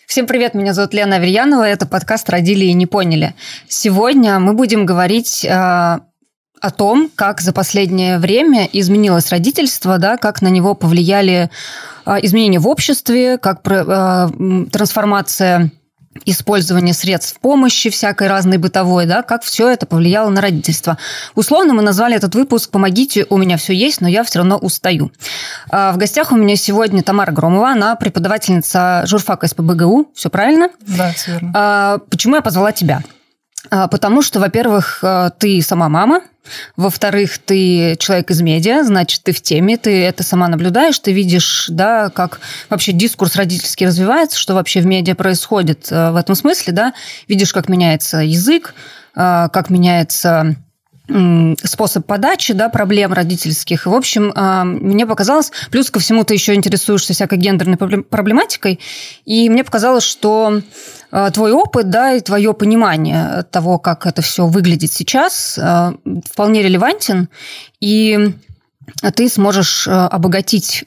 Всем привет, меня зовут Лена Аверьянова, это подкаст «Родили и не поняли». Сегодня мы будем говорить о том, как за последнее время изменилось родительство, да, как на него повлияли изменения в обществе, как трансформация использование средств помощи всякой разной бытовой, да, как все это повлияло на родительство. Условно мы назвали этот выпуск «Помогите, у меня все есть, но я все равно устаю». В гостях у меня сегодня Тамара Громова, она преподавательница журфака СПбГУ, все правильно? Да, все верно. Почему я позвала тебя? Потому что, во-первых, ты сама мама, во-вторых, ты человек из медиа, значит, ты в теме, ты это сама наблюдаешь, ты видишь, да, как вообще дискурс родительский развивается, что вообще в медиа происходит в этом смысле, да, видишь, как меняется язык, как меняется способ подачи, да, проблем родительских. В общем, мне показалось, плюс ко всему ты еще интересуешься всякой гендерной проблематикой, и мне показалось, что твой опыт, да, и твое понимание того, как это все выглядит сейчас, вполне релевантен, и ты сможешь обогатить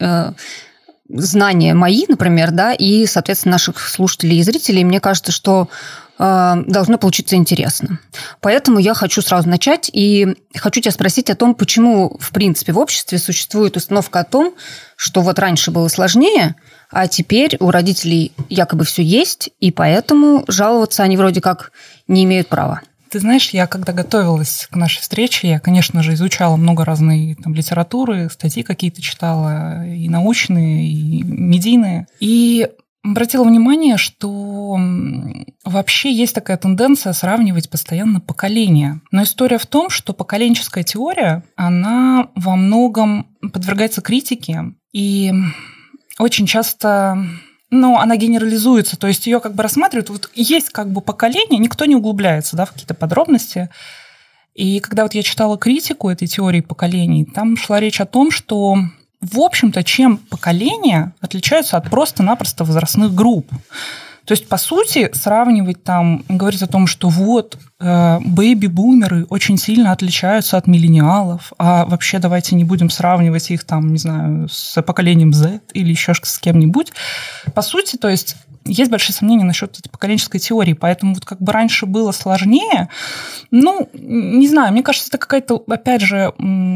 знания мои, например, да, и, соответственно, наших слушателей и зрителей. Мне кажется, что должно получиться интересно. Поэтому я хочу сразу начать и хочу тебя спросить о том, почему, в принципе, в обществе существует установка о том, что вот раньше было сложнее, а теперь у родителей якобы все есть, и поэтому жаловаться они вроде как не имеют права. Ты знаешь, я когда готовилась к нашей встрече, я, конечно же, изучала много разной там литературы, статьи какие-то читала, и научные, и медийные. И обратила внимание, что вообще есть такая тенденция сравнивать постоянно поколения. Но история в том, что поколенческая теория, она во многом подвергается критике, и очень часто она генерализуется, то есть ее как бы рассматривают. Вот есть как бы поколение, никто не углубляется, да, в какие-то подробности. И когда вот я читала критику этой теории поколений, там шла речь о том, что в общем-то, чем поколения отличаются от просто-напросто возрастных групп. То есть, по сути, сравнивать там, говорить о том, что вот бэйби-бумеры очень сильно отличаются от миллениалов, а вообще давайте не будем сравнивать их там, не знаю, с поколением Z или еще с кем-нибудь. По сути, то есть большие сомнения насчет этой поколенческой теории, поэтому вот как бы раньше было сложнее. Не знаю, мне кажется, это какая-то, опять же,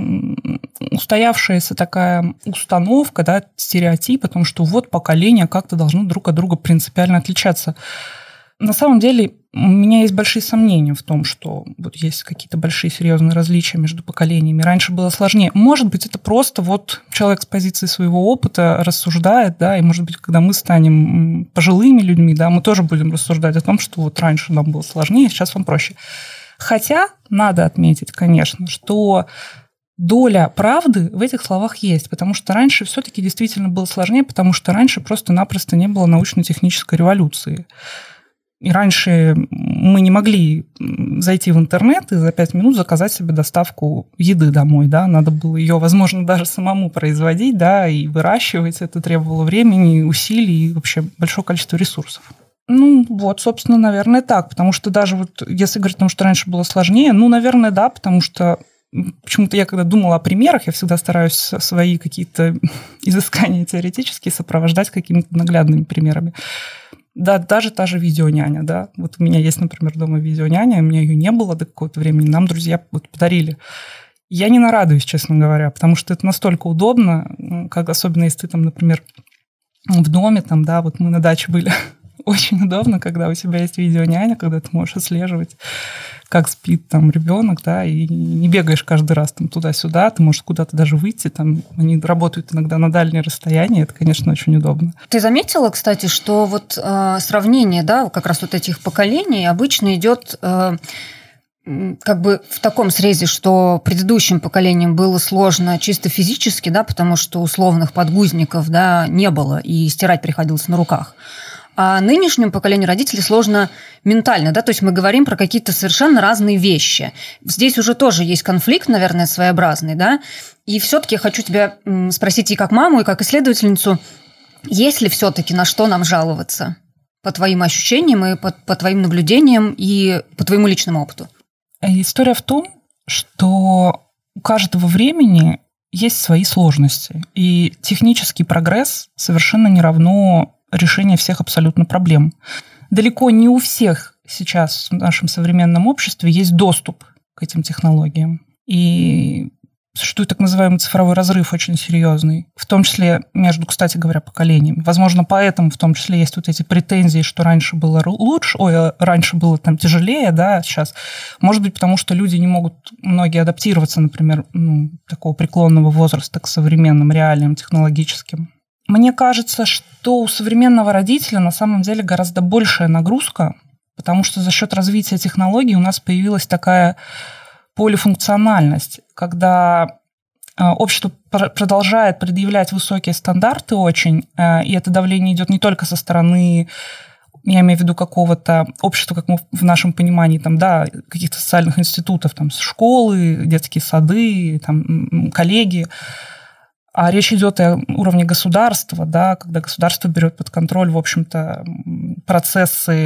устоявшаяся такая установка, да, стереотип о том, что вот поколения как-то должны друг от друга принципиально отличаться. На самом деле у меня есть большие сомнения в том, что вот есть какие-то большие серьезные различия между поколениями. Раньше было сложнее. Может быть, это просто вот человек с позиции своего опыта рассуждает, да, и, может быть, когда мы станем пожилыми людьми, да, мы тоже будем рассуждать о том, что вот раньше нам было сложнее, сейчас вам проще. Хотя надо отметить, конечно, что доля правды в этих словах есть, потому что раньше все-таки действительно было сложнее, потому что раньше просто-напросто не было научно-технической революции. И раньше мы не могли зайти в интернет и за 5 минут заказать себе доставку еды домой. Да? Надо было ее, возможно, даже самому производить, да, и выращивать. Это требовало времени, усилий и вообще большое количество ресурсов. Собственно, наверное, так. Потому что даже вот если говорить о том, что раньше было сложнее, наверное, да, потому что почему-то я, когда думала о примерах, я всегда стараюсь свои какие-то изыскания теоретические сопровождать какими-то наглядными примерами. Да, даже та же видеоняня, да. Вот у меня есть, например, дома видеоняня, у меня ее не было до какого-то времени, нам друзья вот подарили. Я не нарадуюсь, честно говоря, потому что это настолько удобно, как особенно если ты там, например, в доме, там, да, вот мы на даче были. Очень удобно, когда у тебя есть видеоняня, когда ты можешь отслеживать, как спит там ребенок, да, и не бегаешь каждый раз там туда-сюда, ты можешь куда-то даже выйти, там они работают иногда на дальнее расстояние, это, конечно, очень удобно. Ты заметила, кстати, что вот сравнение, да, как раз вот этих поколений обычно идет как бы в таком срезе, что предыдущим поколениям было сложно чисто физически, да, потому что условных подгузников, да, не было, и стирать приходилось на руках. А нынешнему поколению родителей сложно ментально, да, то есть мы говорим про какие-то совершенно разные вещи. Здесь уже тоже есть конфликт, наверное, своеобразный, да, и все-таки я хочу тебя спросить и как маму, и как исследовательницу, есть ли все-таки на что нам жаловаться по твоим ощущениям и по твоим наблюдениям и по твоему личному опыту? История в том, что у каждого времени есть свои сложности, и технический прогресс совершенно не равно решения всех абсолютно проблем. Далеко не у всех сейчас в нашем современном обществе есть доступ к этим технологиям. И существует так называемый цифровой разрыв очень серьезный, в том числе между, кстати говоря, поколениями. Возможно, поэтому в том числе есть вот эти претензии, что раньше было лучше, раньше было там тяжелее, да, сейчас. Может быть, потому что люди не могут, многие, адаптироваться, например, такого преклонного возраста к современным реалиям технологическим. Мне кажется, что у современного родителя на самом деле гораздо большая нагрузка, потому что за счет развития технологий у нас появилась такая полифункциональность, когда общество продолжает предъявлять высокие стандарты очень, и это давление идет не только со стороны, я имею в виду, какого-то общества, как мы в нашем понимании, там, да, каких-то социальных институтов, там, школы, детские сады, там, коллеги, а речь идет о уровне государства, да, когда государство берет под контроль, в общем-то, процессы,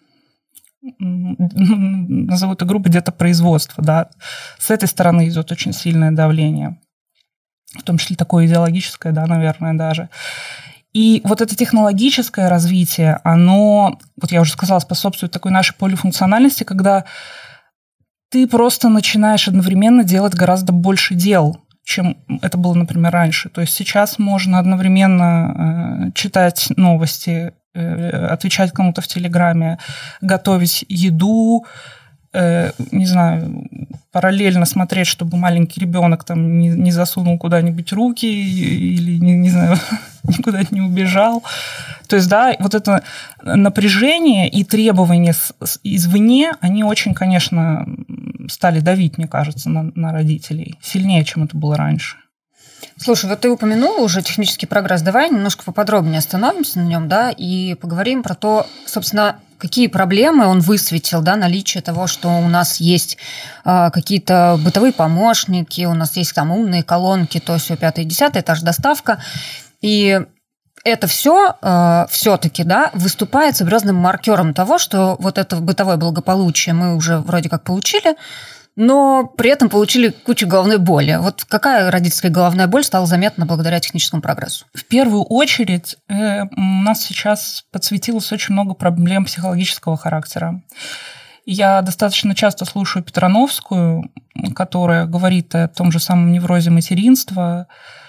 назову это грубо, где-то производства, да. С этой стороны идет очень сильное давление, в том числе такое идеологическое, да, наверное, даже. И вот это технологическое развитие, оно, вот я уже сказала, способствует такой нашей полифункциональности, когда ты просто начинаешь одновременно делать гораздо больше дел, чем это было, например, раньше. То есть сейчас можно одновременно читать новости, отвечать кому-то в Телеграме, готовить еду, не знаю, параллельно смотреть, чтобы маленький ребенок там не засунул куда-нибудь руки или, не знаю, никуда не убежал. То есть, да, вот это напряжение и требования извне, они очень, конечно, стали давить, мне кажется, на родителей. Сильнее, чем это было раньше. Слушай, вот ты упомянула уже технический прогресс. Давай немножко поподробнее остановимся на нем, да, и поговорим про то, собственно, какие проблемы он высветил, да, наличие того, что у нас есть какие-то бытовые помощники, у нас есть там умные колонки, то все 5-10, это же доставка. И это все все-таки, да, выступает серьезным маркером того, что вот это бытовое благополучие мы уже вроде как получили, но при этом получили кучу головной боли. Вот какая родительская головная боль стала заметна благодаря техническому прогрессу? В первую очередь у нас сейчас подсветилось очень много проблем психологического характера. Я достаточно часто слушаю Петрановскую, которая говорит о том же самом неврозе материнства.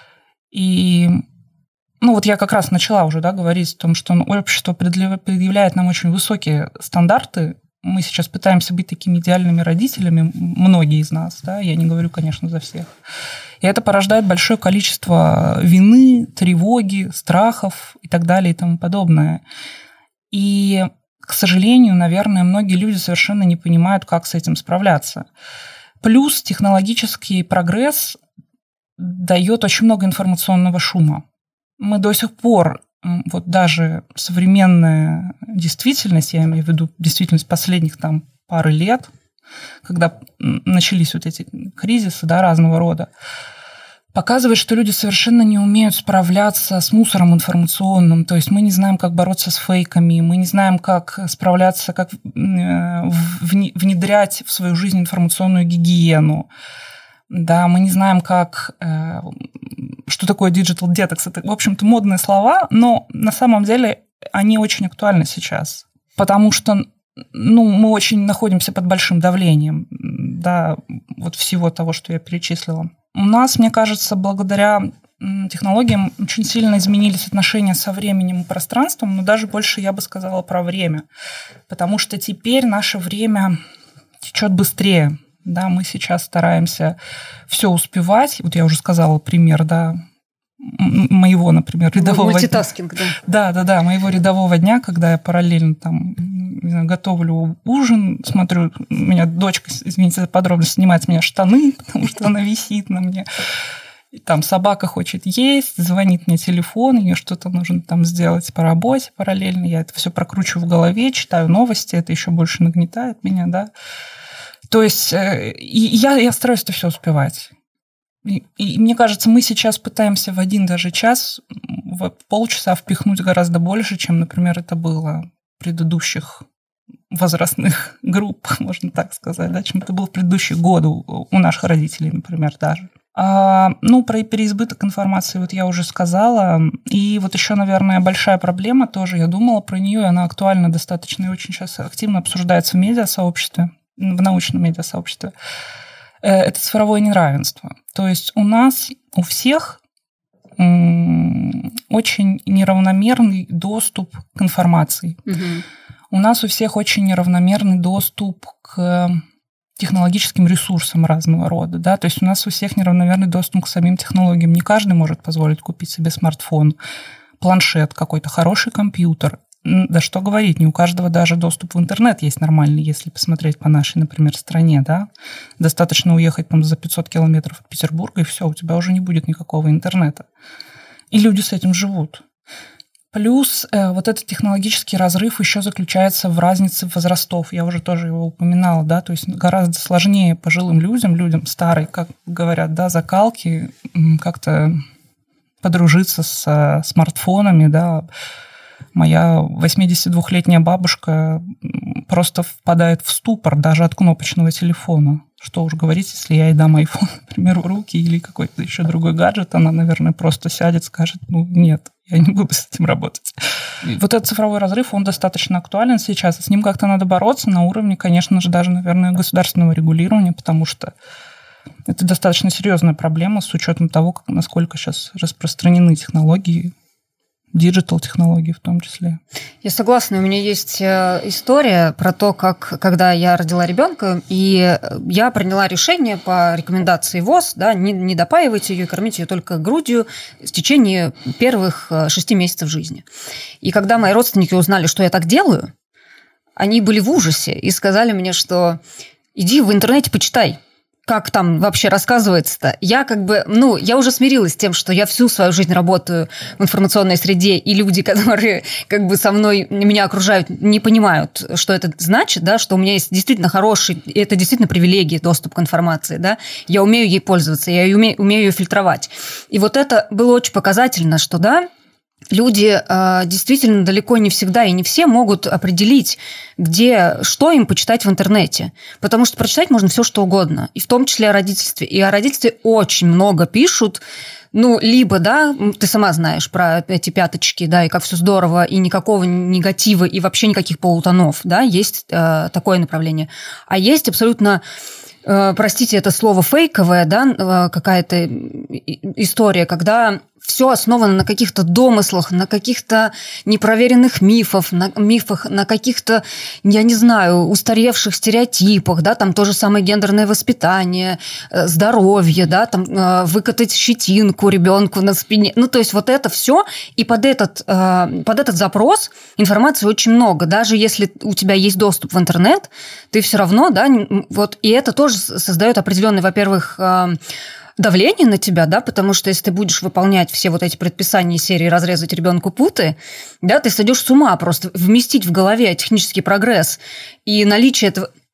И вот я как раз начала уже, да, говорить о том, что общество предъявляет нам очень высокие стандарты. Мы сейчас пытаемся быть такими идеальными родителями, многие из нас, да, я не говорю, конечно, за всех. И это порождает большое количество вины, тревоги, страхов и так далее и тому подобное. И, к сожалению, наверное, многие люди совершенно не понимают, как с этим справляться. Плюс технологический прогресс дает очень много информационного шума. Мы до сих пор, вот даже современная действительность, я имею в виду действительность последних там пары лет, когда начались вот эти кризисы, да, разного рода, показывает, что люди совершенно не умеют справляться с мусором информационным. То есть мы не знаем, как бороться с фейками, мы не знаем, как справляться, как внедрять в свою жизнь информационную гигиену. Да, мы не знаем, что такое digital detox. Это, в общем-то, модные слова, но на самом деле они очень актуальны сейчас, потому что мы очень находимся под большим давлением, да, вот всего того, что я перечислила. У нас, мне кажется, благодаря технологиям очень сильно изменились отношения со временем и пространством, но даже больше я бы сказала про время, потому что теперь наше время течет быстрее. Да, мы сейчас стараемся все успевать. Вот я уже сказала пример, да, моего, например, рядового мультитаскинг, дня. Да, моего рядового дня, когда я параллельно там, не знаю, готовлю ужин, смотрю, у меня дочка, извините за подробность, снимает с меня штаны, потому что она висит на мне. И там собака хочет есть, звонит мне телефон, ей что-то нужно там сделать по работе параллельно. Я это все прокручиваю в голове, читаю новости, это еще больше нагнетает меня, да. То есть я стараюсь это все успевать. И мне кажется, мы сейчас пытаемся в один даже час, в полчаса впихнуть гораздо больше, чем, например, это было в предыдущих возрастных групп, можно так сказать, да, чем это было в предыдущие годы у наших родителей, например, даже. Про переизбыток информации вот я уже сказала. И вот еще, наверное, большая проблема тоже, я думала про нее, и она актуальна достаточно и очень сейчас активно обсуждается в медиасообществе, в научном медиасообществе. Это цифровое неравенство. То есть у нас, у всех очень неравномерный доступ к информации. У нас у всех очень неравномерный доступ к технологическим ресурсам разного рода, да, то есть у нас у всех неравномерный доступ к самим технологиям. Не каждый может позволить купить себе смартфон, планшет, какой-то хороший компьютер. Да что говорить, не у каждого даже доступ в интернет есть нормальный, если посмотреть по нашей, например, стране, да. Достаточно уехать там за 500 километров от Петербурга, и все, у тебя уже не будет никакого интернета. И люди с этим живут. Плюс вот этот технологический разрыв еще заключается в разнице возрастов. Я уже тоже его упоминала, да, то есть гораздо сложнее пожилым людям старой, как говорят, да, закалки, как-то подружиться с смартфонами, да. Моя 82-летняя бабушка просто впадает в ступор даже от кнопочного телефона. Что уж говорить, если я ей дам iPhone, например, в руки или какой-то еще другой гаджет, она, наверное, просто сядет, скажет, нет, я не буду с этим работать. И вот этот цифровой разрыв, он достаточно актуален сейчас, и с ним как-то надо бороться на уровне, конечно же, даже, наверное, государственного регулирования, потому что это достаточно серьезная проблема с учетом того, насколько сейчас распространены технологии, диджитал-технологии в том числе. Я согласна. У меня есть история про то, как, когда я родила ребенка, и я приняла решение по рекомендации ВОЗ, да, не допаивать ее и кормить ее только грудью в течение первых 6 месяцев жизни. И когда мои родственники узнали, что я так делаю, они были в ужасе и сказали мне, что иди в интернете почитай, как там вообще рассказывается-то. Я я уже смирилась с тем, что я всю свою жизнь работаю в информационной среде, и люди, которые со мной, меня окружают, не понимают, что это значит, да, что у меня есть действительно хороший, это действительно привилегия, доступ к информации, да, я умею ей пользоваться, я умею ее фильтровать. И вот это было очень показательно, что, да, люди действительно далеко не всегда и не все могут определить, что им почитать в интернете. Потому что прочитать можно все, что угодно. И в том числе о родительстве. И о родительстве очень много пишут. Либо, да, ты сама знаешь про эти пяточки, да, и как все здорово, и никакого негатива, и вообще никаких полутонов, да, есть такое направление. А есть абсолютно... Простите, это слово фейковое, да, какая-то история, когда все основано на каких-то домыслах, на каких-то непроверенных мифах, на каких-то, я не знаю, устаревших стереотипах, да, там то же самое гендерное воспитание, здоровье, да, там выкатать щетинку ребенку на спине. То есть вот это все, и под этот запрос информации очень много. Даже если у тебя есть доступ в интернет, ты все равно, да, вот, и это тоже создает определенный, во-первых, давление на тебя, да, потому что если ты будешь выполнять все вот эти предписания серии «разрезать ребенку путы», да, ты сойдешь с ума просто вместить в голове технический прогресс и наличие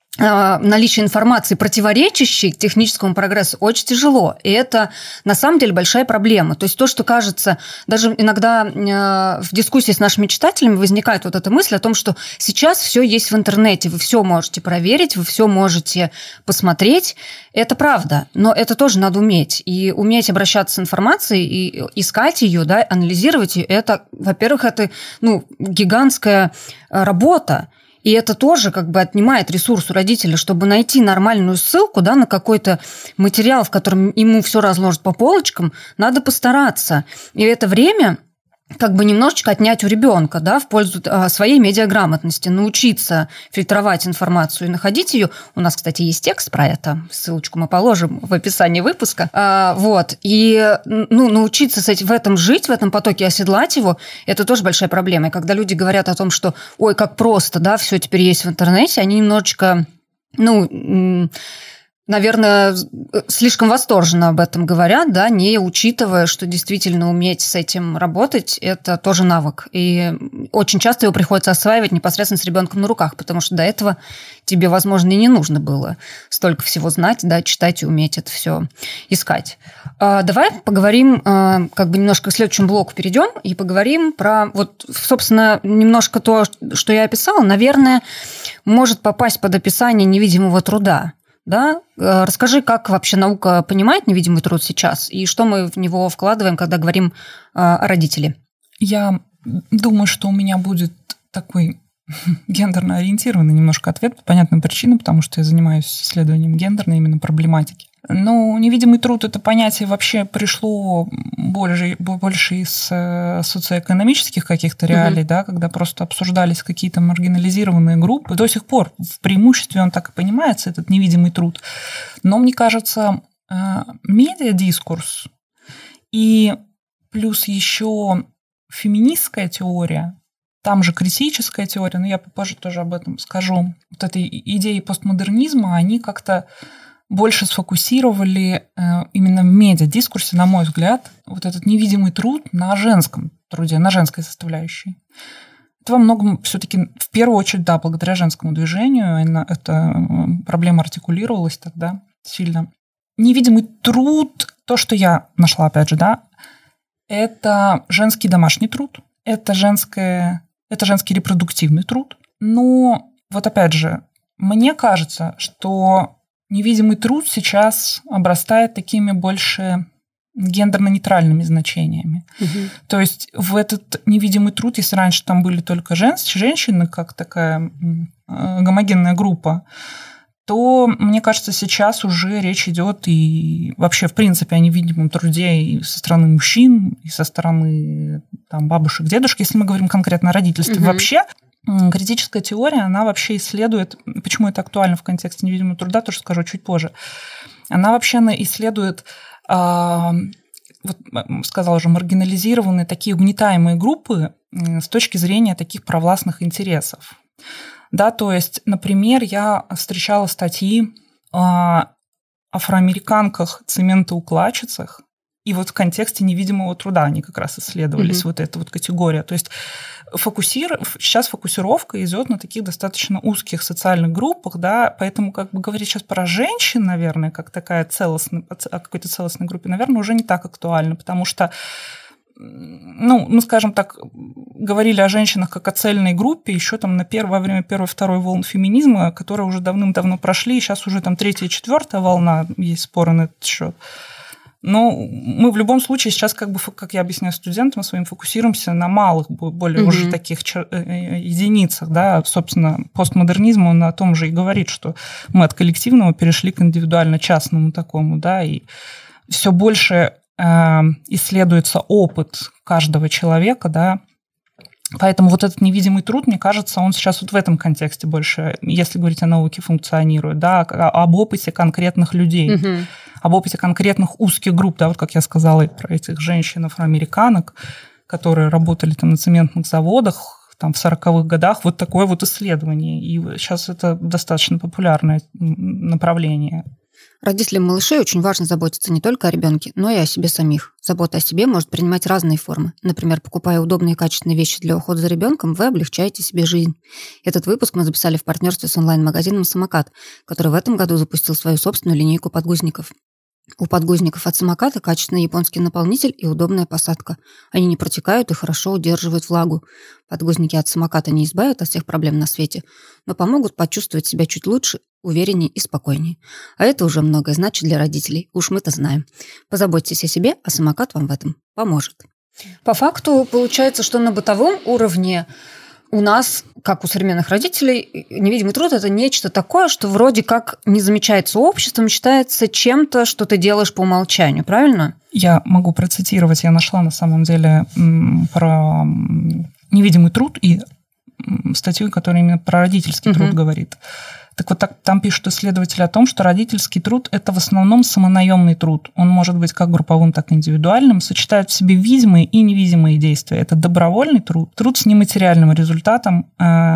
информации, противоречащей техническому прогрессу, очень тяжело. И это, на самом деле, большая проблема. То есть то, что кажется, даже иногда в дискуссии с нашими читателями возникает вот эта мысль о том, что сейчас все есть в интернете, вы все можете проверить, вы все можете посмотреть. Это правда, но это тоже надо уметь. И уметь обращаться с информацией, и искать ее, да, анализировать ее, это, во-первых, это гигантская работа. И это тоже отнимает ресурс у родителя, чтобы найти нормальную ссылку, да, на какой-то материал, в котором ему все разложат по полочкам, надо постараться. И это время немножечко отнять у ребенка, да, в пользу своей медиаграмотности, научиться фильтровать информацию и находить ее. У нас, кстати, есть текст про это, ссылочку мы положим в описании выпуска. Вот. И научиться в этом жить, в этом потоке, оседлать его, это тоже большая проблема. И когда люди говорят о том, что ой, как просто, да, все теперь есть в интернете, они немножечко, наверное, слишком восторженно об этом говорят, да, не учитывая, что действительно уметь с этим работать – это тоже навык. И очень часто его приходится осваивать непосредственно с ребенком на руках, потому что до этого тебе, возможно, и не нужно было столько всего знать, да, читать и уметь это все искать. Давай поговорим, немножко к следующему блоку перейдем и поговорим про, собственно, немножко то, что я описала, наверное, может попасть под описание невидимого труда. Да? Расскажи, как вообще наука понимает невидимый труд сейчас, и что мы в него вкладываем, когда говорим о родителе? Я думаю, что у меня будет такой гендерно ориентированный немножко ответ по понятным причинам, потому что я занимаюсь исследованием гендерной именно проблематики. Но невидимый труд – это понятие вообще пришло больше из социоэкономических каких-то реалий, да, когда просто обсуждались какие-то маргинализированные группы. До сих пор в преимуществе он так и понимается, этот невидимый труд. Но мне кажется, медиадискурс и плюс еще феминистская теория, там же критическая теория, но я попозже тоже об этом скажу. Вот этой идеи постмодернизма, они как-то больше сфокусировали именно в медиадискурсе, на мой взгляд, вот этот невидимый труд на женском труде, на женской составляющей. Это во многом все-таки в первую очередь, да, благодаря женскому движению эта проблема артикулировалась тогда сильно. Невидимый труд, то, что я нашла, опять же, да, это женский домашний труд, это женский репродуктивный труд. Но вот опять же, мне кажется, что невидимый труд сейчас обрастает такими больше гендерно-нейтральными значениями. То есть в этот невидимый труд, если раньше там были только женщины, как такая гомогенная группа, то, мне кажется, сейчас уже речь идет и вообще, в принципе, о невидимом труде и со стороны мужчин, и со стороны там, бабушек, дедушек, если мы говорим конкретно о родительстве. Вообще, критическая теория, она вообще исследует, почему это актуально в контексте невидимого труда, тоже скажу чуть позже. Она вообще исследует, вот сказала уже, маргинализированные такие угнетаемые группы с точки зрения таких провластных интересов. Да, то есть, например, я встречала статьи о афроамериканках-цементоукладчицах, и вот в контексте невидимого труда они как раз исследовались, вот эта вот категория. То есть сейчас фокусировка идет на таких достаточно узких социальных группах, да, поэтому как бы говорить сейчас про женщин, наверное, как такая о какой-то целостной группе, наверное, уже не так актуально, потому что мы, скажем так, говорили о женщинах как о цельной группе еще там во время первой-второй волн феминизма, которые уже давным-давно прошли, и сейчас уже там третья и четвертая волна, есть споры на этот счет. Но мы в любом случае сейчас, как я объясняю студентам своим, фокусируемся на малых, более уже таких единицах. Да? Собственно, постмодернизм, он о том же и говорит, что мы от коллективного перешли к индивидуально-частному такому, да, и все больше исследуется опыт каждого человека, да, поэтому вот этот невидимый труд, мне кажется, он сейчас вот в этом контексте больше, если говорить о науке, функционирует, да, об опыте конкретных людей, об опыте конкретных узких групп, да, вот как я сказала про этих женщин-афроамериканок, которые работали там на цементных заводах там в 40-х годах, вот такое вот исследование, и сейчас это достаточно популярное направление. Родителям малышей очень важно заботиться не только о ребенке, но и о себе самих. Забота о себе может принимать разные формы. Например, покупая удобные и качественные вещи для ухода за ребенком, вы облегчаете себе жизнь. Этот выпуск мы записали в партнерстве с онлайн-магазином «Самокат», который в этом году запустил свою собственную линейку подгузников. У подгузников от «Самоката» качественный японский наполнитель и удобная посадка. Они не протекают и хорошо удерживают влагу. Подгузники от «Самоката» не избавят от всех проблем на свете, но помогут почувствовать себя чуть лучше, увереннее и спокойнее. А это уже многое значит для родителей. Уж мы-то знаем. Позаботьтесь о себе, а «Самокат» вам в этом поможет. По факту получается, что на бытовом уровне у нас, как у современных родителей, невидимый труд – это нечто такое, что вроде как не замечается обществом, считается чем-то, что ты делаешь по умолчанию, правильно? Я могу процитировать, я нашла на самом деле про невидимый труд и статью, которая именно про родительский труд говорит. Так вот, там пишут исследователи о том, что родительский труд – это в основном самонаемный труд. Он может быть как групповым, так и индивидуальным, сочетает в себе видимые и невидимые действия. Это добровольный труд, труд с нематериальным результатом,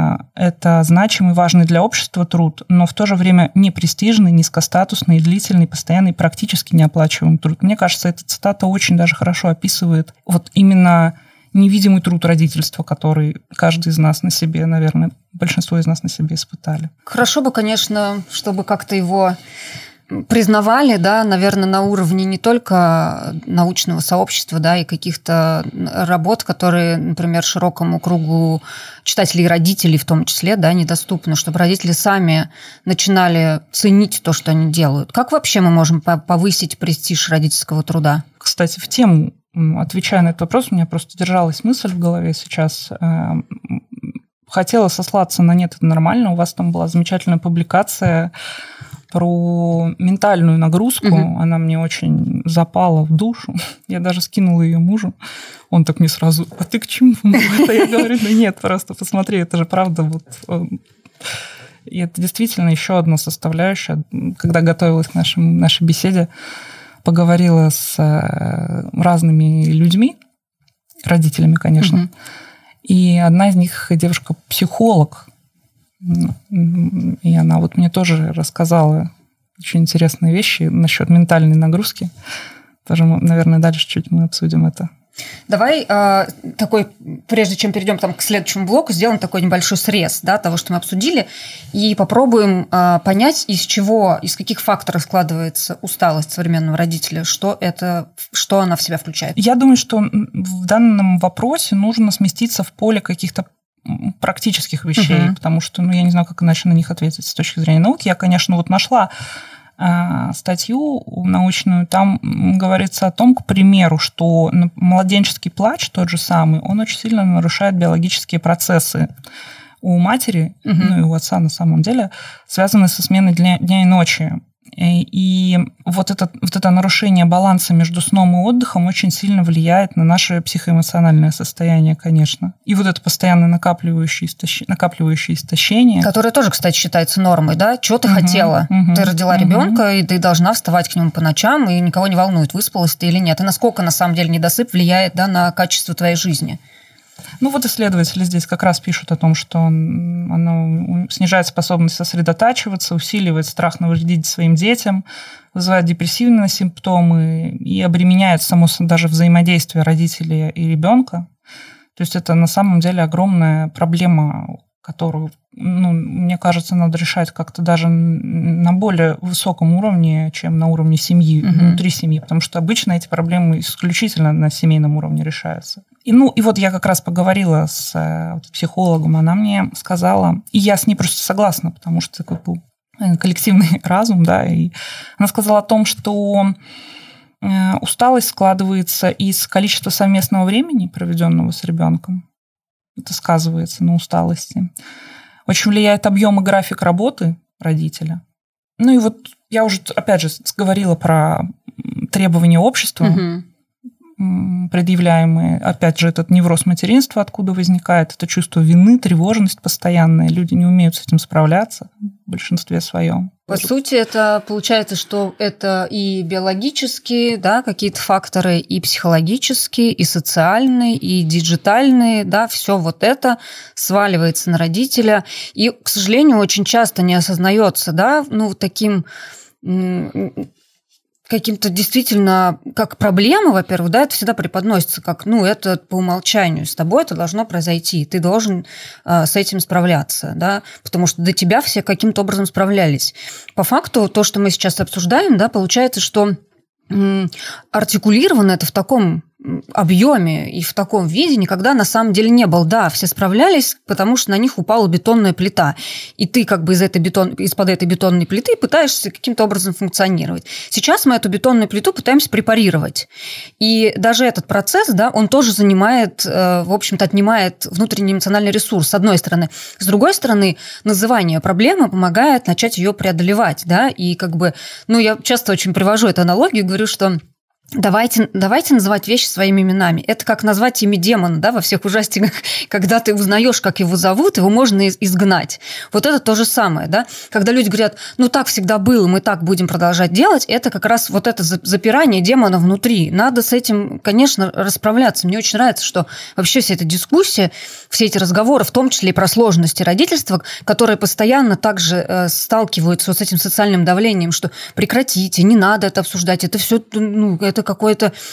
это значимый, важный для общества труд, но в то же время непрестижный, низкостатусный, длительный, постоянный, практически неоплачиваемый труд. Мне кажется, эта цитата очень даже хорошо описывает вот именно невидимый труд родительства, который каждый из нас на себе, наверное, большинство из нас на себе испытали. Хорошо бы, конечно, чтобы как-то его признавали, да, наверное, на уровне не только научного сообщества, да, и каких-то работ, которые, например, широкому кругу читателей и родителей в том числе, да, недоступны, чтобы родители сами начинали ценить то, что они делают. Как вообще мы можем повысить престиж родительского труда? Кстати, в тему, отвечая на этот вопрос, у меня просто держалась мысль в голове сейчас. Хотела сослаться на «Нет, это нормально». У вас там была замечательная публикация про ментальную нагрузку. Угу. Она мне очень запала в душу. Я даже скинула ее мужу. Он так мне сразу: а ты к чему? Я говорю: да нет, просто посмотри, это же правда. Вот. И это действительно еще одна составляющая. Когда готовилась к нашей беседе, поговорила с разными людьми, родителями, конечно. Угу. И одна из них девушка-психолог. И она вот мне тоже рассказала очень интересные вещи насчет ментальной нагрузки. Тоже, наверное, дальше чуть мы обсудим это. Давай такой, прежде чем перейдем к следующему блоку, сделаем такой небольшой срез, да, того, что мы обсудили, и попробуем понять, из каких факторов складывается усталость современного родителя, что она в себя включает. Я думаю, что в данном вопросе нужно сместиться в поле каких-то практических вещей, потому что, я не знаю, как иначе на них ответить с точки зрения науки. Я, конечно, вот нашла статью научную, там говорится о том, к примеру, что младенческий плач, тот же самый, он очень сильно нарушает биологические процессы у матери, и у отца на самом деле, связанные со сменой дня и ночи. И вот это нарушение баланса между сном и отдыхом очень сильно влияет на наше психоэмоциональное состояние, конечно. И вот это постоянно накапливающее истощение. Которое тоже, кстати, считается нормой, да? Чего ты хотела? Ты родила ребенка, и ты должна вставать к нему по ночам, и никого не волнует, выспалась ты или нет. И насколько, на самом деле, недосып влияет, да, на качество твоей жизни. Вот исследователи здесь как раз пишут о том, что оно снижает способность сосредотачиваться, усиливает страх навредить своим детям, вызывает депрессивные симптомы и обременяет само даже взаимодействие родителей и ребенка. То есть это на самом деле огромная проблема, которую, мне кажется, надо решать как-то даже на более высоком уровне, чем на уровне семьи, внутри семьи, потому что обычно эти проблемы исключительно на семейном уровне решаются. И вот я как раз поговорила с психологом, она мне сказала, и я с ней просто согласна, потому что такой был коллективный разум, да, и она сказала о том, что усталость складывается из количества совместного времени, проведенного с ребенком. Это сказывается на усталости. Очень влияет объем и график работы родителя. И вот я уже, опять же, говорила про требования общества, предъявляемые. Опять же, этот невроз материнства, откуда возникает это чувство вины, тревожность постоянная. Люди не умеют с этим справляться в большинстве своем. По сути, это получается, что это и биологические, да, какие-то факторы, и психологические, и социальные, и диджитальные, да, все вот это сваливается на родителя. И, к сожалению, очень часто не осознается, да, таким каким-то действительно как проблема, во-первых, да, это всегда преподносится как, это по умолчанию, с тобой это должно произойти, ты должен с этим справляться, да, потому что до тебя все каким-то образом справлялись. По факту, то, что мы сейчас обсуждаем, да, получается, что артикулировано это в таком объеме и в таком виде никогда на самом деле не был. Да, все справлялись, потому что на них упала бетонная плита. И ты как бы из-под этой бетонной плиты пытаешься каким-то образом функционировать. Сейчас мы эту бетонную плиту пытаемся препарировать. И даже этот процесс, да, он тоже занимает, в общем-то, отнимает внутренний эмоциональный ресурс, с одной стороны. С другой стороны, называние проблемы помогает начать ее преодолевать. Да? И как бы, я часто очень привожу эту аналогию, говорю, что Давайте называть вещи своими именами. Это как назвать имя демона, да, во всех ужастиках, когда ты узнаешь, как его зовут, его можно изгнать. Вот это то же самое, да. Когда люди говорят, так всегда было, мы так будем продолжать делать, это как раз вот это запирание демона внутри. Надо с этим, конечно, расправляться. Мне очень нравится, что вообще вся эта дискуссия, все эти разговоры, в том числе и про сложности родительства, которые постоянно также сталкиваются вот с этим социальным давлением, что прекратите, не надо это обсуждать, это все, это какое-то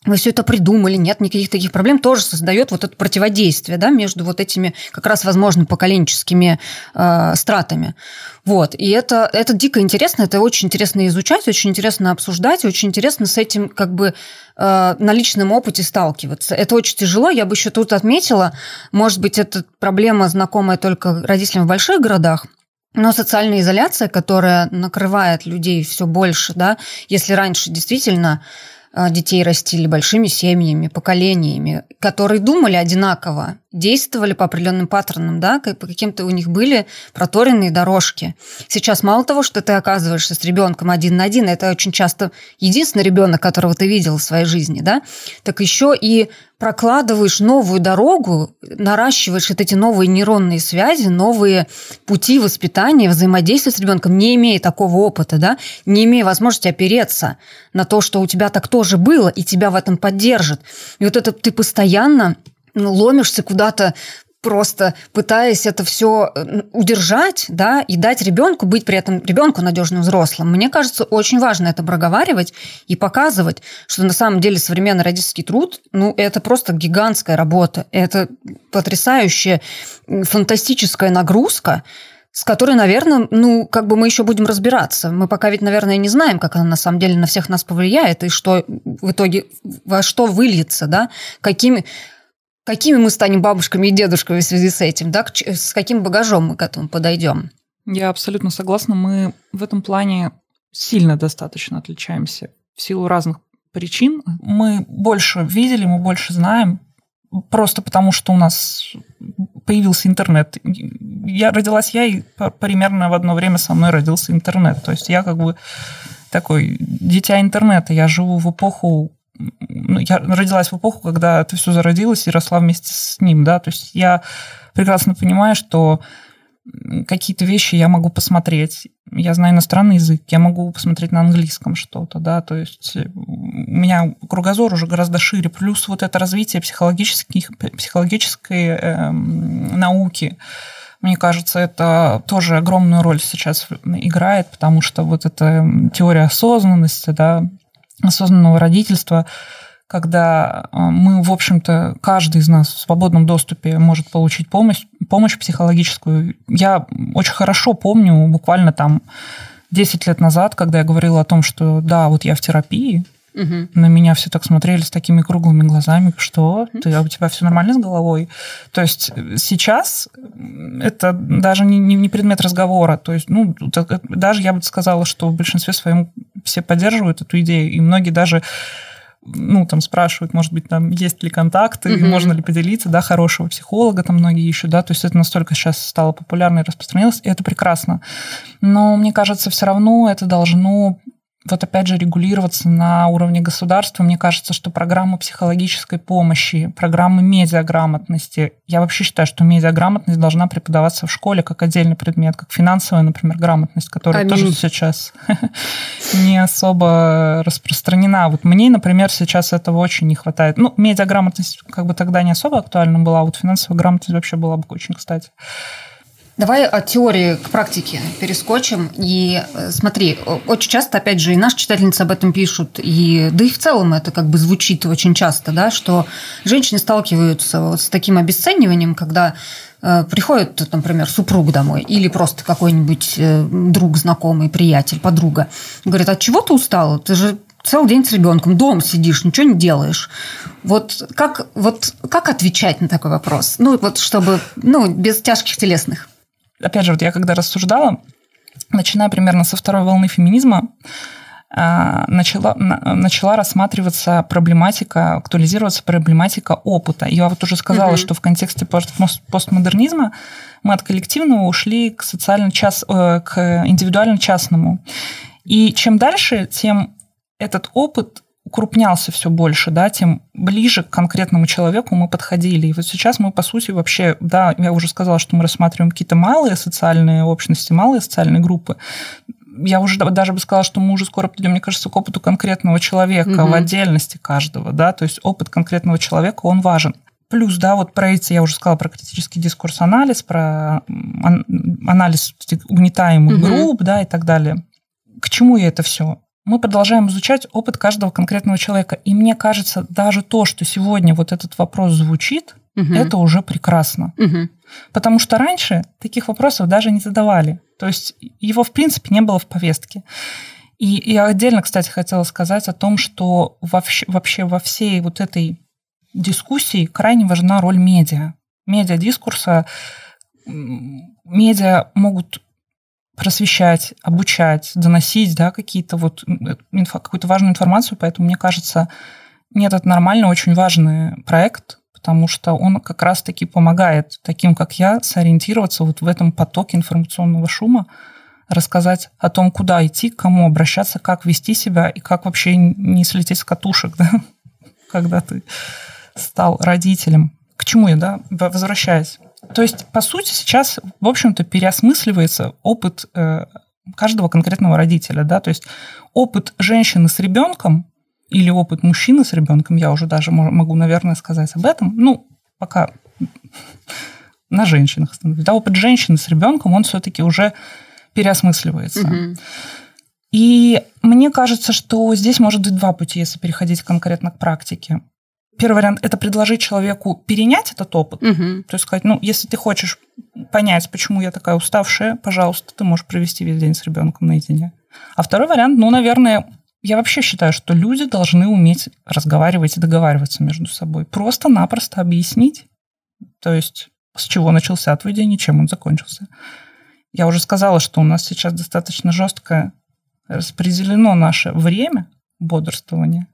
вы все это придумали, нет никаких таких проблем, тоже создает вот это противодействие, да, между вот этими как раз, возможно, поколенческими стратами. Вот. И это дико интересно, это очень интересно изучать, очень интересно обсуждать, очень интересно с этим как бы на личном опыте сталкиваться. Это очень тяжело. Я бы еще тут отметила, может быть, это проблема, знакомая только родителям в больших городах, но социальная изоляция, которая накрывает людей все больше, да, если раньше действительно детей растили большими семьями, поколениями, которые думали одинаково, действовали по определенным паттернам, да, по каким-то у них были проторенные дорожки. Сейчас мало того, что ты оказываешься с ребенком один на один, это очень часто единственный ребенок, которого ты видел в своей жизни, да, так еще и прокладываешь новую дорогу, наращиваешь вот эти новые нейронные связи, новые пути воспитания, взаимодействия с ребенком, не имея такого опыта, да, не имея возможности опереться на то, что у тебя так тоже было, и тебя в этом поддержат. И вот это ты постоянно ломишься куда-то, просто пытаясь это все удержать, да, и дать ребенку, быть при этом ребенку надежным взрослым. Мне кажется, очень важно это проговаривать и показывать, что на самом деле современный родительский труд, это просто гигантская работа, это потрясающая, фантастическая нагрузка, с которой, наверное, мы еще будем разбираться. Мы пока ведь, наверное, не знаем, как она на самом деле на всех нас повлияет, и что в итоге, во что выльется, да, какими мы станем бабушками и дедушками в связи с этим, да, с каким багажом мы к этому подойдем. Я абсолютно согласна. Мы в этом плане сильно достаточно отличаемся в силу разных причин. Мы больше видели, мы больше знаем, просто потому что у нас появился интернет. Родилась я, и примерно в одно время со мной родился интернет. То есть я как бы такой дитя интернета. Я живу в эпоху, я родилась в эпоху, когда это все зародилось и росла вместе с ним, да, то есть я прекрасно понимаю, что какие-то вещи я могу посмотреть, я знаю иностранный язык, я могу посмотреть на английском что-то, да, то есть у меня кругозор уже гораздо шире, плюс вот это развитие психологической науки, мне кажется, это тоже огромную роль сейчас играет, потому что вот эта теория осознанности, да, осознанного родительства, когда мы, в общем-то, каждый из нас в свободном доступе может получить помощь психологическую. Я очень хорошо помню, буквально там 10 лет назад, когда я говорила о том, что да, вот я в терапии, на меня все так смотрели с такими круглыми глазами, что у тебя все нормально с головой. То есть сейчас это даже не предмет разговора. То есть, даже я бы сказала, что в большинстве своем все поддерживают эту идею, и многие даже спрашивают, может быть, там есть ли контакты, можно ли поделиться, да, хорошего психолога там многие ищут, да, то есть это настолько сейчас стало популярно и распространилось, и это прекрасно. Но мне кажется, все равно это должно вот опять же регулироваться на уровне государства. Мне кажется, что программы психологической помощи, программы медиаграмотности, я вообще считаю, что медиаграмотность должна преподаваться в школе как отдельный предмет, как финансовая, например, грамотность, которая тоже сейчас не особо распространена. Вот мне, например, сейчас этого очень не хватает. Медиаграмотность как бы тогда не особо актуальна была, а вот финансовая грамотность вообще была бы очень кстати. Давай от теории к практике перескочим. И смотри, очень часто, опять же, и наши читательницы об этом пишут, да и в целом это как бы звучит очень часто, да, что женщины сталкиваются вот с таким обесцениванием, когда приходит, например, супруг домой или просто какой-нибудь друг, знакомый, приятель, подруга. Говорит, от чего ты устала? Ты же целый день с ребенком, дома сидишь, ничего не делаешь. Вот как отвечать на такой вопрос? Чтобы без тяжких телесных. Опять же, вот я когда рассуждала, начиная примерно со второй волны феминизма, начала рассматриваться проблематика, актуализироваться проблематика опыта. Я вот уже сказала, что в контексте постмодернизма мы от коллективного ушли к индивидуально-частному. И чем дальше, тем этот опыт укрупнялся все больше, да, тем ближе к конкретному человеку мы подходили. И вот сейчас мы, по сути, вообще, да, я уже сказала, что мы рассматриваем какие-то малые социальные общности, малые социальные группы. Я уже даже бы сказала, что мы уже скоро придем, мне кажется, к опыту конкретного человека в отдельности каждого, да, то есть опыт конкретного человека, он важен. Плюс, да, вот про эти, я уже сказала, про критический дискурс-анализ, про анализ угнетаемых групп, да, и так далее. К чему я это все? Мы продолжаем изучать опыт каждого конкретного человека. И мне кажется, даже то, что сегодня вот этот вопрос звучит, это уже прекрасно. Потому что раньше таких вопросов даже не задавали. То есть его, в принципе, не было в повестке. И я отдельно, кстати, хотела сказать о том, что вообще во всей вот этой дискуссии крайне важна роль медиа. Медиадискурса. Медиа могут просвещать, обучать, доносить, да, какую-то важную информацию, поэтому, мне кажется, это нормальный, очень важный проект, потому что он как раз-таки помогает таким, как я, сориентироваться вот в этом потоке информационного шума, рассказать о том, куда идти, к кому обращаться, как вести себя и как вообще не слететь с катушек, да, когда ты стал родителем. К чему я, да, возвращаюсь? То есть, по сути, сейчас, в общем-то, переосмысливается опыт каждого конкретного родителя, да, то есть опыт женщины с ребенком или опыт мужчины с ребенком, я уже даже могу, наверное, сказать об этом, пока на женщинах становится, да, опыт женщины с ребенком, он все-таки уже переосмысливается. И мне кажется, что здесь может быть два пути, если переходить конкретно к практике. Первый вариант – это предложить человеку перенять этот опыт. То есть сказать, если ты хочешь понять, почему я такая уставшая, пожалуйста, ты можешь провести весь день с ребенком наедине. А второй вариант, наверное, я вообще считаю, что люди должны уметь разговаривать и договариваться между собой. Просто-напросто объяснить, то есть с чего начался твой день и чем он закончился. Я уже сказала, что у нас сейчас достаточно жестко распределено наше время бодрствования.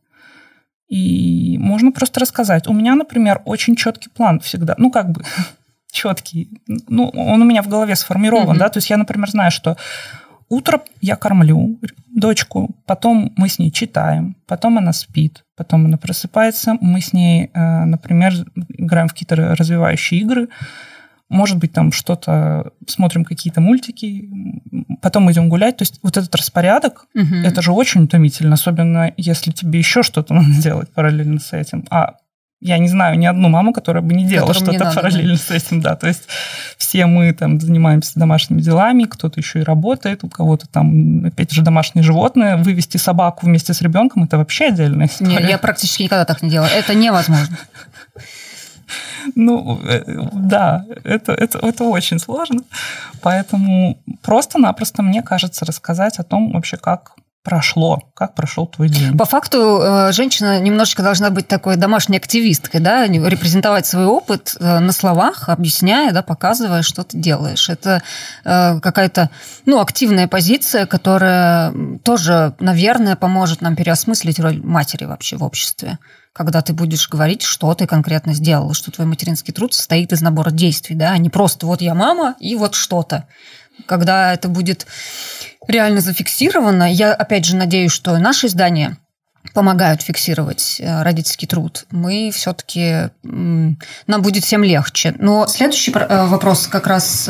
И можно просто рассказать. У меня, например, очень четкий план всегда. Четкий. Он у меня в голове сформирован, да. То есть я, например, знаю, что утром я кормлю дочку, потом мы с ней читаем, потом она спит, потом она просыпается, мы с ней, например, играем в какие-то развивающие игры, может быть, там что-то, смотрим какие-то мультики, потом идем гулять. То есть вот этот распорядок, это же очень утомительно, особенно если тебе еще что-то надо делать параллельно с этим. А я не знаю ни одну маму, которая бы не делала что-то параллельно с этим. Да. То есть все мы там занимаемся домашними делами, кто-то еще и работает, у кого-то там, опять же, домашние животные. Вывести собаку вместе с ребенком – это вообще отдельная история. Нет, я практически никогда так не делаю. Это невозможно. Да, это очень сложно. Поэтому просто-напросто, мне кажется, рассказать о том вообще, как прошел твой день. По факту женщина немножечко должна быть такой домашней активисткой, да, репрезентовать свой опыт на словах, объясняя, да, показывая, что ты делаешь. Это какая-то, активная позиция, которая тоже, наверное, поможет нам переосмыслить роль матери вообще в обществе. Когда ты будешь говорить, что ты конкретно сделала, что твой материнский труд состоит из набора действий, да, а не просто вот я мама и вот что-то. Когда это будет реально зафиксировано, я, опять же, надеюсь, что наши издания помогают фиксировать родительский труд, мы все-таки, нам будет всем легче. Но следующий вопрос как раз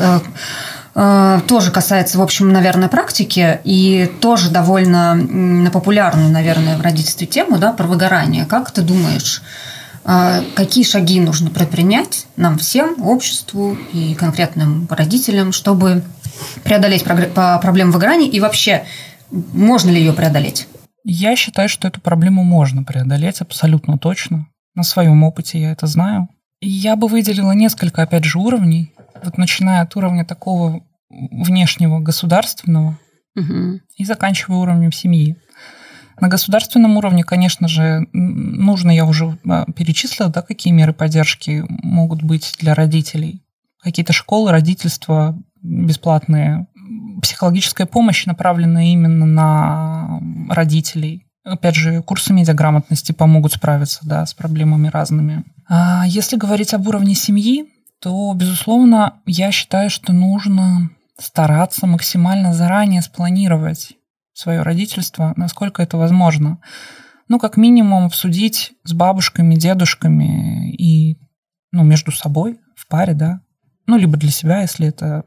тоже касается, в общем, наверное, практики и тоже довольно популярную, наверное, в родительстве тему, да, про выгорание. Как ты думаешь, какие шаги нужно предпринять нам всем, обществу и конкретным родителям, чтобы преодолеть проблему выгорания и вообще можно ли ее преодолеть? Я считаю, что эту проблему можно преодолеть абсолютно точно. На своем опыте я это знаю. И я бы выделила несколько, опять же, уровней. Вот начиная от уровня такого внешнего, государственного, и заканчивая уровнем семьи. На государственном уровне, конечно же, нужно, я уже перечислила, да, какие меры поддержки могут быть для родителей. Какие-то школы, родительства бесплатные, психологическая помощь, направленная именно на родителей. Опять же, курсы медиаграмотности помогут справиться, да, с проблемами разными. А если говорить об уровне семьи, то, безусловно, я считаю, что нужно стараться максимально заранее спланировать свое родительство, насколько это возможно. Как минимум, обсудить с бабушками, дедушками и, между собой, в паре, да. Либо для себя, если это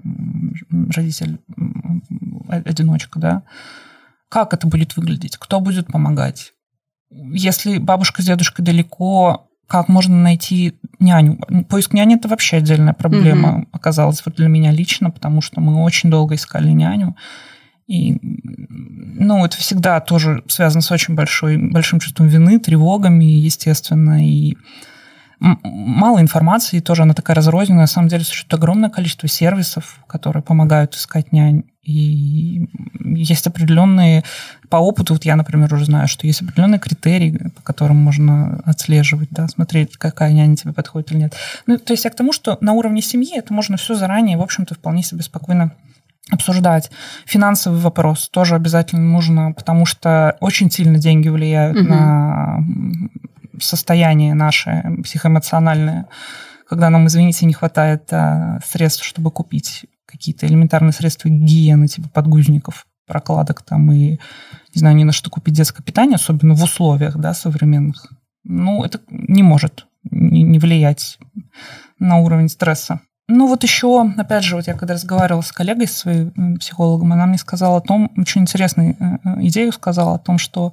родитель-одиночка, да. Как это будет выглядеть? Кто будет помогать? Если бабушка с дедушкой далеко, как можно найти няню? Поиск няни – это вообще отдельная проблема оказалась вот для меня лично, потому что мы очень долго искали няню. И, это всегда тоже связано с очень большим чувством вины, тревогами, естественно, и мало информации, тоже она такая разрозненная. На самом деле существует огромное количество сервисов, которые помогают искать нянь. И есть определенные, по опыту, я, например, уже знаю, что есть определенные критерии, по которым можно отслеживать, да, смотреть, какая няня тебе подходит или нет. То есть я к тому, что на уровне семьи это можно все заранее, в общем-то, вполне себе спокойно обсуждать. Финансовый вопрос тоже обязательно нужно, потому что очень сильно деньги влияют на состояние наше психоэмоциональное, когда нам, извините, не хватает средств, чтобы купить какие-то элементарные средства гигиены, типа подгузников, прокладок там и, не знаю, ни на что купить детское питание, особенно в условиях, да, современных. Это не может не влиять на уровень стресса. Еще, опять же, я когда разговаривала с коллегой, с своим психологом, она мне сказала о том, очень интересную идею сказала о том, что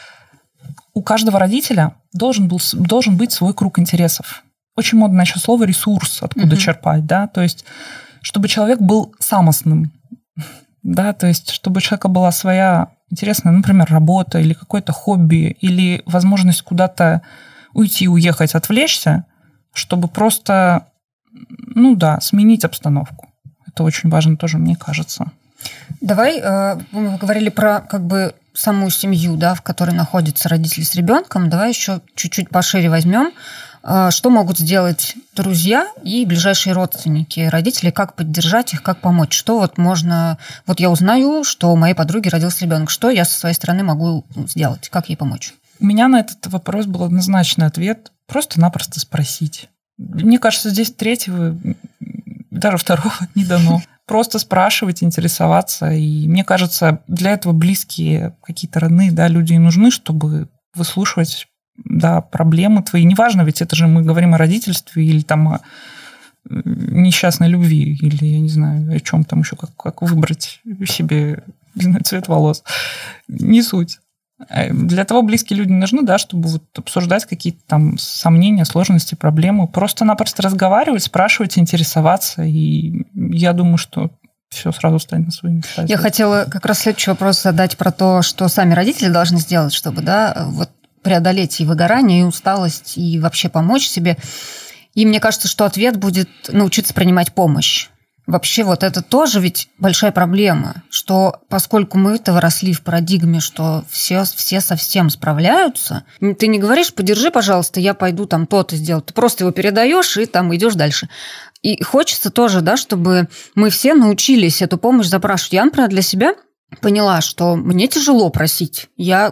у каждого родителя должен быть свой круг интересов. Очень модное еще слово «ресурс», откуда черпать, да, то есть чтобы человек был самостным, да, то есть чтобы у человека была своя интересная, например, работа или какое-то хобби, или возможность куда-то уйти, уехать, отвлечься, чтобы просто, сменить обстановку. Это очень важно тоже, мне кажется. Давай, мы говорили про саму семью, да, в которой находятся родители с ребенком. Давай еще чуть-чуть пошире возьмем. Что могут сделать друзья и ближайшие родственники родителей, как поддержать их, как помочь? Что можно... я узнаю, что у моей подруги родился ребенок. Что я со своей стороны могу сделать? Как ей помочь? У меня на этот вопрос был однозначный ответ. Просто-напросто спросить. Мне кажется, здесь третьего, даже второго не дано. Просто спрашивать, интересоваться. И мне кажется, для этого близкие, какие-то родные, да, люди и нужны, чтобы выслушивать, да, проблемы твои. Неважно, ведь это же мы говорим о родительстве или там о несчастной любви, или, я не знаю, о чем там еще, как выбрать себе, не знаю, цвет волос. Не суть. Для того близкие люди нужны, да, чтобы обсуждать какие-то там сомнения, сложности, проблемы. Просто-напросто разговаривать, спрашивать, интересоваться. И я думаю, что все сразу станет на свои места. Я хотела как раз следующий вопрос задать про то, что сами родители должны сделать, чтобы, да, преодолеть и выгорание, и усталость, и вообще помочь себе. И мне кажется, что ответ будет научиться принимать помощь. Вообще это тоже ведь большая проблема, что поскольку мы-то росли в парадигме, что все со всем справляются, ты не говоришь: подержи, пожалуйста, я пойду там то-то сделать. Ты просто его передаешь и там идешь дальше. И хочется тоже, да, чтобы мы все научились эту помощь запрашивать. Я, например, для себя поняла, что мне тяжело просить. Я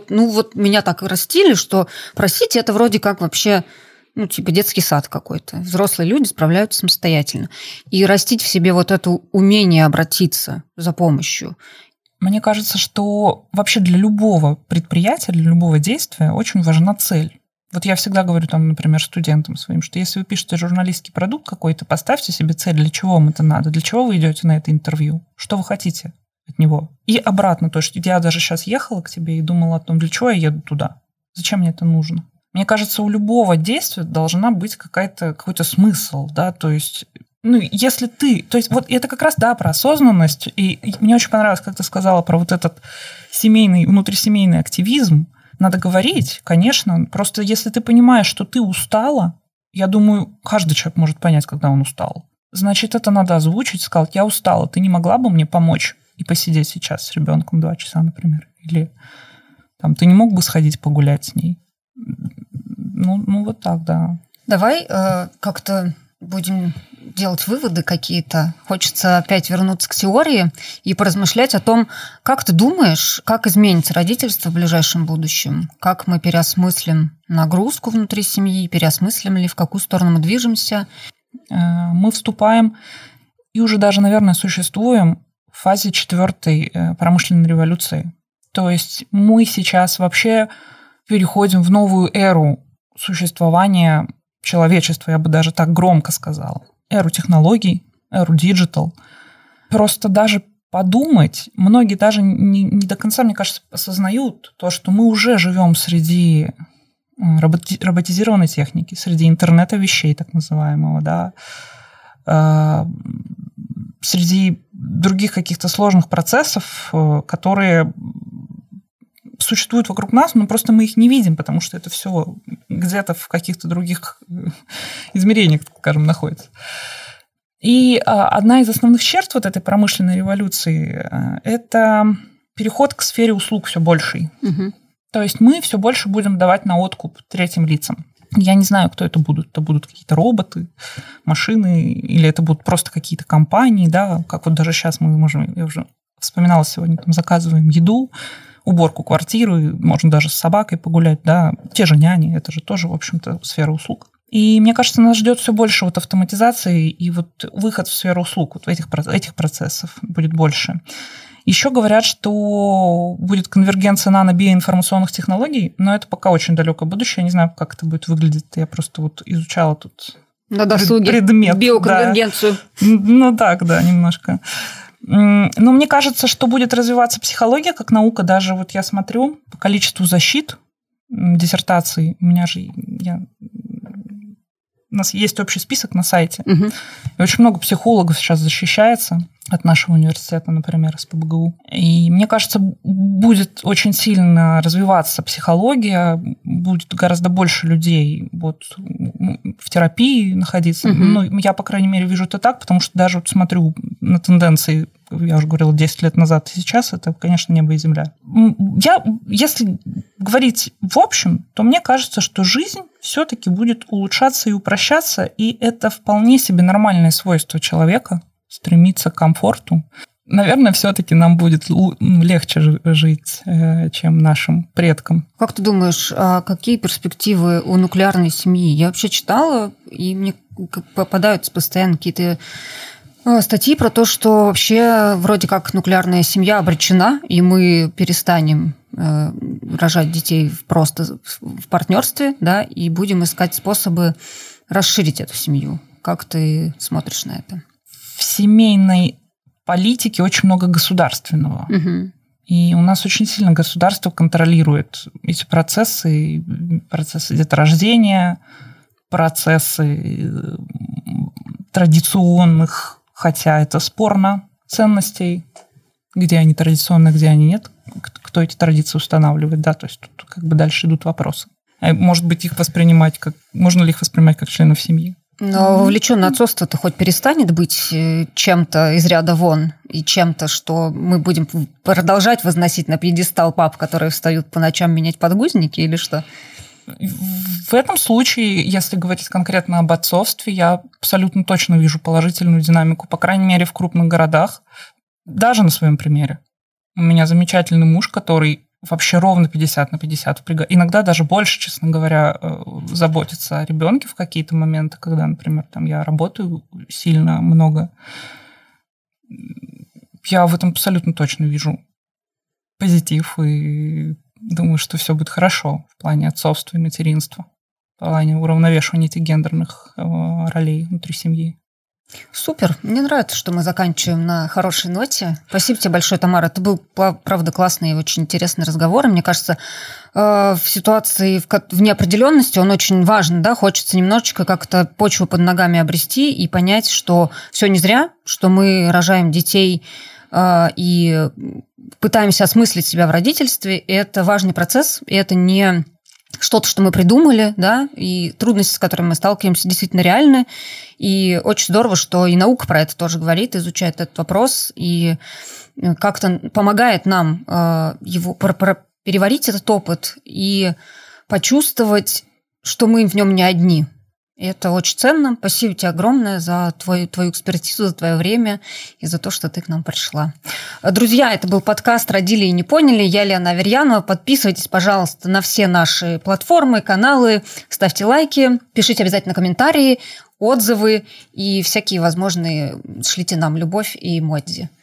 меня так растили, что просить это вроде как вообще, детский сад какой-то. Взрослые люди справляются самостоятельно. И растить в себе это умение обратиться за помощью. Мне кажется, что вообще для любого предприятия, для любого действия очень важна цель. Я всегда говорю, например, студентам своим, что если вы пишете журналистский продукт какой-то, поставьте себе цель, для чего вам это надо, для чего вы идете на это интервью, что вы хотите от него. И обратно, то есть я даже сейчас ехала к тебе и думала о том, для чего я еду туда, зачем мне это нужно. Мне кажется, у любого действия должна быть какой-то смысл, да, то есть, если ты... То есть это как раз, да, про осознанность, и мне очень понравилось, как ты сказала про этот внутрисемейный активизм. Надо говорить, конечно, просто если ты понимаешь, что ты устала, я думаю, каждый человек может понять, когда он устал. Значит, это надо озвучить, сказать: я устала, ты не могла бы мне помочь и посидеть сейчас с ребенком 2 часа, например, или ты не мог бы сходить погулять с ней. Так, да. Давай как-то будем делать выводы какие-то. Хочется опять вернуться к теории и поразмышлять о том, как ты думаешь, как изменится родительство в ближайшем будущем, как мы переосмыслим нагрузку внутри семьи, переосмыслим ли, в какую сторону мы движемся. Мы вступаем и уже даже, наверное, существуем в фазе 4-й промышленной революции. То есть мы сейчас вообще переходим в новую эру существования человечества, я бы даже так громко сказала. Эру технологий, эру диджитал. Просто даже подумать, многие даже не до конца, мне кажется, осознают то, что мы уже живем среди роботизированной техники, среди интернета вещей, так называемого, да, среди других каких-то сложных процессов, которые существуют вокруг нас, но просто мы их не видим, потому что это все где-то в каких-то других измерениях, скажем, находится. И одна из основных черт вот этой промышленной революции – это переход к сфере услуг все большей. Угу. То есть мы все больше будем давать на откуп третьим лицам. Я не знаю, кто это будут. Это будут какие-то роботы, машины, или это будут просто какие-то компании, да, как вот даже сейчас мы можем, я уже вспоминала сегодня, там заказываем еду, уборку квартиры, можно даже с собакой погулять, да, те же няни, это же тоже, в общем-то, сфера услуг. И мне кажется, нас ждет все больше вот автоматизации, и вот выход в сферу услуг, вот этих процессов будет больше. Еще говорят, что будет конвергенция нано-биоинформационных технологий, но это пока очень далекое будущее, я не знаю, как это будет выглядеть, я просто вот изучала тут на досуге предмет. Биоконвергенцию. Да. Ну так, да, немножко. Но мне кажется, что будет развиваться психология как наука, даже вот я смотрю по количеству защит диссертаций, у нас есть общий список на сайте, и очень много психологов сейчас защищается от нашего университета, например, из ПБГУ. И мне кажется, будет очень сильно развиваться психология, будет гораздо больше людей вот в терапии находиться. Ну, я, по крайней мере, вижу это так, потому что даже вот смотрю на тенденции, я уже говорила, 10 лет назад и сейчас, это, конечно, небо и земля. Если говорить в общем, то мне кажется, что жизнь все-таки будет улучшаться и упрощаться, и это вполне себе нормальное свойство человека, стремиться к комфорту. Наверное, все-таки нам будет легче жить, чем нашим предкам. Как ты думаешь, какие перспективы у нуклеарной семьи? Я вообще читала, и мне попадаются постоянно какие-то статьи про то, что вообще вроде как нуклеарная семья обречена, и мы перестанем рожать детей просто в партнерстве, да, и будем искать способы расширить эту семью. Как ты смотришь на это? В семейной политике очень много государственного. Угу. И у нас очень сильно государство контролирует эти процессы деторождения, процессы традиционных, хотя это спорно, ценностей, где они традиционные, где они нет, кто эти традиции устанавливает, да, то есть тут как бы дальше идут вопросы. Может быть, можно ли их воспринимать как членов семьи? Но вовлеченное отцовство-то хоть перестанет быть чем-то из ряда вон и чем-то, что мы будем продолжать возносить на пьедестал пап, которые встают по ночам менять подгузники, или что? В этом случае, если говорить конкретно об отцовстве, я абсолютно точно вижу положительную динамику, по крайней мере, в крупных городах, даже на своем примере. У меня замечательный муж, который вообще ровно 50 на 50, иногда даже больше, честно говоря, заботиться о ребенке в какие-то моменты, когда, например, там я работаю сильно много. Я в этом абсолютно точно вижу позитив и думаю, что все будет хорошо в плане отцовства и материнства, в плане уравновешивания этих гендерных ролей внутри семьи. Супер. Мне нравится, что мы заканчиваем на хорошей ноте. Спасибо тебе большое, Тамара. Это был, правда, классный и очень интересный разговор. И мне кажется, в ситуации в неопределенности он очень важен. Да? Хочется немножечко как-то почву под ногами обрести и понять, что все не зря, что мы рожаем детей и пытаемся осмыслить себя в родительстве. И это важный процесс, и это не что-то, что мы придумали, да, и трудности, с которыми мы сталкиваемся, действительно реальны. И очень здорово, что и наука про это тоже говорит, изучает этот вопрос, и как-то помогает нам его переварить этот опыт и почувствовать, что мы в нем не одни. И это очень ценно. Спасибо тебе огромное за твою экспертизу, за твое время и за то, что ты к нам пришла. Друзья, это был подкаст «Родили и не поняли». Я Лена Аверьянова. Подписывайтесь, пожалуйста, на все наши платформы, каналы, ставьте лайки, пишите обязательно комментарии, отзывы и всякие возможные, шлите нам любовь и эмодзи.